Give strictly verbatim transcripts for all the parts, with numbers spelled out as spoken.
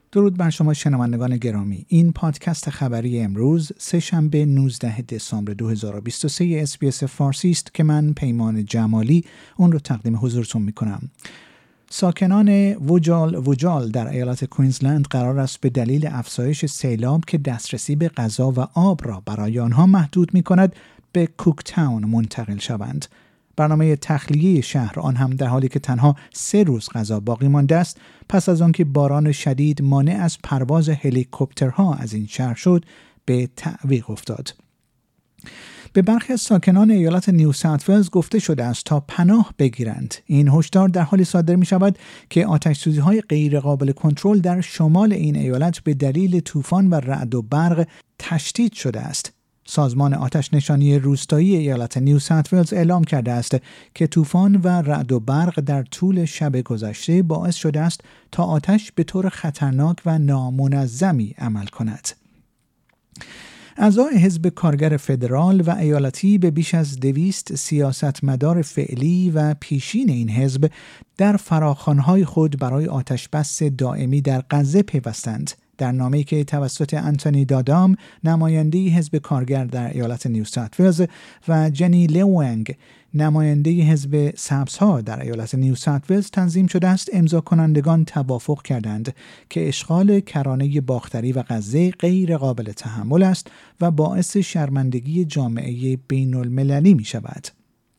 درود بر شما شنوندگان گرامی. این پادکست خبری امروز سه‌شنبه نوزدهم دسامبر دو هزار و بیست و سه اس بی اس فارسی است که من پیمان جمالی اون رو تقدیم حضورتون میکنم. ساکنان وجال وجال در ایالت کوینزلند قرار است به دلیل افزایش سیلاب که دسترسی به غذا و آب را برای آنها محدود میکند به کوکتاون منتقل شوند. برنامه تخلیه شهر آن هم در حالی که تنها سه روز غذا باقی مانده است پس از آنکه باران شدید مانع از پرواز هلیکوپترها از این شهر شد به تعویق افتاد. به برخی از ساکنان ایالت نیو ساوت ولز گفته شده است تا پناه بگیرند. این هشدار در حالی صادر می شود که آتش‌سوزی‌های غیر قابل کنترل در شمال این ایالت به دلیل طوفان و رعد و برق تشدید شده است. سازمان آتش نشانی روستایی ایالت نیو ساوت ولز اعلام کرده است که طوفان و رعد و برق در طول شب گذشته باعث شده است تا آتش به طور خطرناک و نامنظمی عمل کند. اعضای حزب کارگر فدرال و ایالتی به بیش از دویست سیاستمدار فعلی و پیشین این حزب در فراخوان‌های خود برای آتش‌بس دائمی در غزه پیوستند. در نامه‌ای که توسط انتونی دادام نماینده حزب کارگر در ایالت نیو ساوت ولز و جنی لوانگ نماینده حزب سبزها در ایالت نیو ساوت ولز تنظیم شده است، امضا کنندگان توافق کردند که اشغال کرانه باختری و غزه غیر قابل تحمل است و باعث شرمندگی جامعه بین المللی می شود.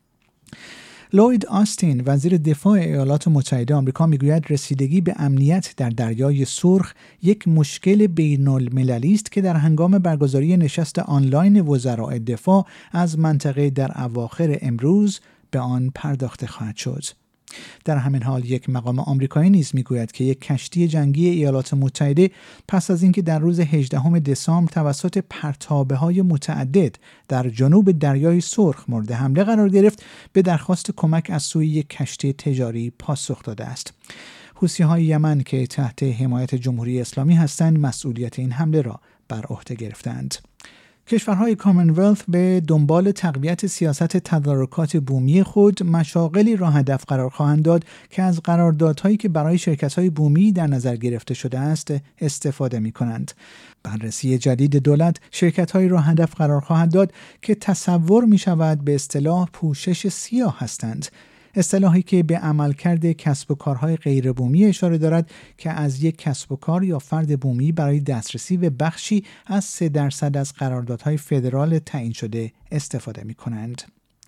لوید آستین وزیر دفاع ایالات متحده آمریکا میگوید رسیدگی به امنیت در دریای سرخ یک مشکل بین المللی است که در هنگام برگزاری نشست آنلاین وزرای دفاع از منطقه در اواخر امروز به آن پرداخته خواهد شد. در همین حال یک مقام آمریکایی نیز میگوید که یک کشتی جنگی ایالات متحده پس از اینکه در روز هجدهم دسامبر توسط پرتابه‌های متعدد در جنوب دریای سرخ مورد حمله قرار گرفت به درخواست کمک از سوی یک کشتی تجاری پاسخ داده است. حوثی‌های یمن که تحت حمایت جمهوری اسلامی هستند مسئولیت این حمله را بر عهده گرفتند. کشورهای کامنولث به دنبال تقویت سیاست تدارکات بومی خود مشاغلی را هدف قرار خواهند داد که از قراردادهایی که برای شرکت‌های بومی در نظر گرفته شده است استفاده می‌کنند. بررسی جدید دولت شرکت‌هایی را هدف قرار خواهد داد که تصور می‌شود به اصطلاح پوشش سیاه هستند. اصطلاحی که به عملکرد کسب و کارهای غیر بومی اشاره دارد که از یک کسب و کار یا فرد بومی برای دسترسی به بخشی از سه درصد از قراردادهای فدرال تعیین شده استفاده می کنند.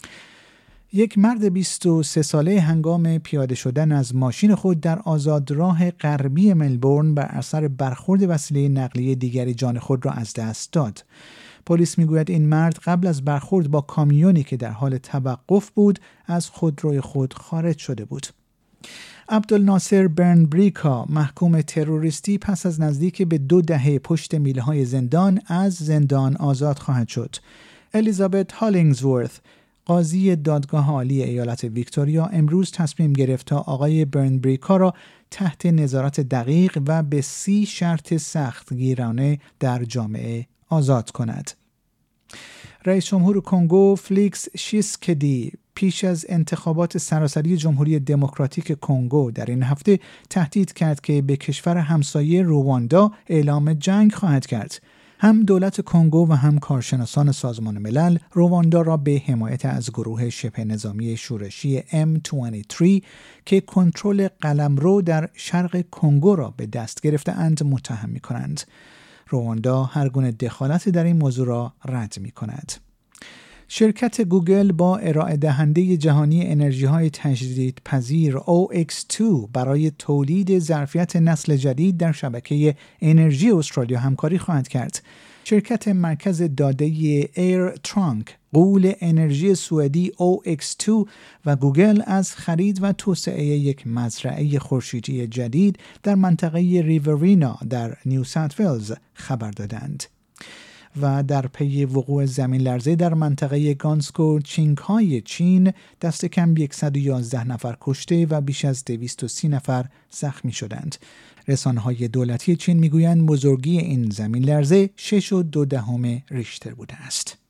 یک مرد بیست و سه ساله هنگام پیاده شدن از ماشین خود در آزادراه غربی ملبورن بر اثر برخورد وسیله نقلیه دیگری جان خود را از دست داد. پلیس میگوید این مرد قبل از برخورد با کامیونی که در حال توقف بود از خودروی خود خارج شده بود. عبدالناصر برنبریکا محکوم تروریستی پس از نزدیک به دو دهه پشت میله‌های زندان از زندان آزاد خواهد شد. الیزابت هالینگزورث قاضی دادگاه عالی ایالت ویکتوریا امروز تصمیم گرفت تا آقای برنبریکا را تحت نظارت دقیق و به سی شرط سختگیرانه در جامعه آزاد کند. رئیس جمهور کنگو فلیکس شیسکدی پیش از انتخابات سراسری جمهوری دموکراتیک کنگو در این هفته تهدید کرد که به کشور همسایه رواندا اعلام جنگ خواهد کرد. هم دولت کنگو و هم کارشناسان سازمان ملل رواندا را به حمایت از گروه شبه نظامی شورشی ام بیست و سه که کنترل قلمرو در شرق کنگو را به دست گرفته‌اند متهم می‌کنند. رواندا هر گونه دخالت در این موضوع را رد می کند. شرکت گوگل با ارائه دهنده جهانی انرژی‌های تجدیدپذیر او ایکس دو برای تولید ظرفیت نسل جدید در شبکه انرژی استرالیا همکاری خواهد کرد. شرکت مرکز داده ایر ترانک، غول انرژی سوئدی او ایکس دو و گوگل از خرید و توسعه یک مزرعه خورشیدی جدید در منطقه ریورینا در نیو ساوت ولز خبر دادند. و در پی وقوع زمین لرزه در منطقه گانسکو چینگهای چین دست کم صد و یازده نفر کشته و بیش از دویست و سی نفر زخمی شدند. رسانه‌های دولتی چین میگویند بزرگی این زمین لرزه شش و دو دهم ریشتر بوده است.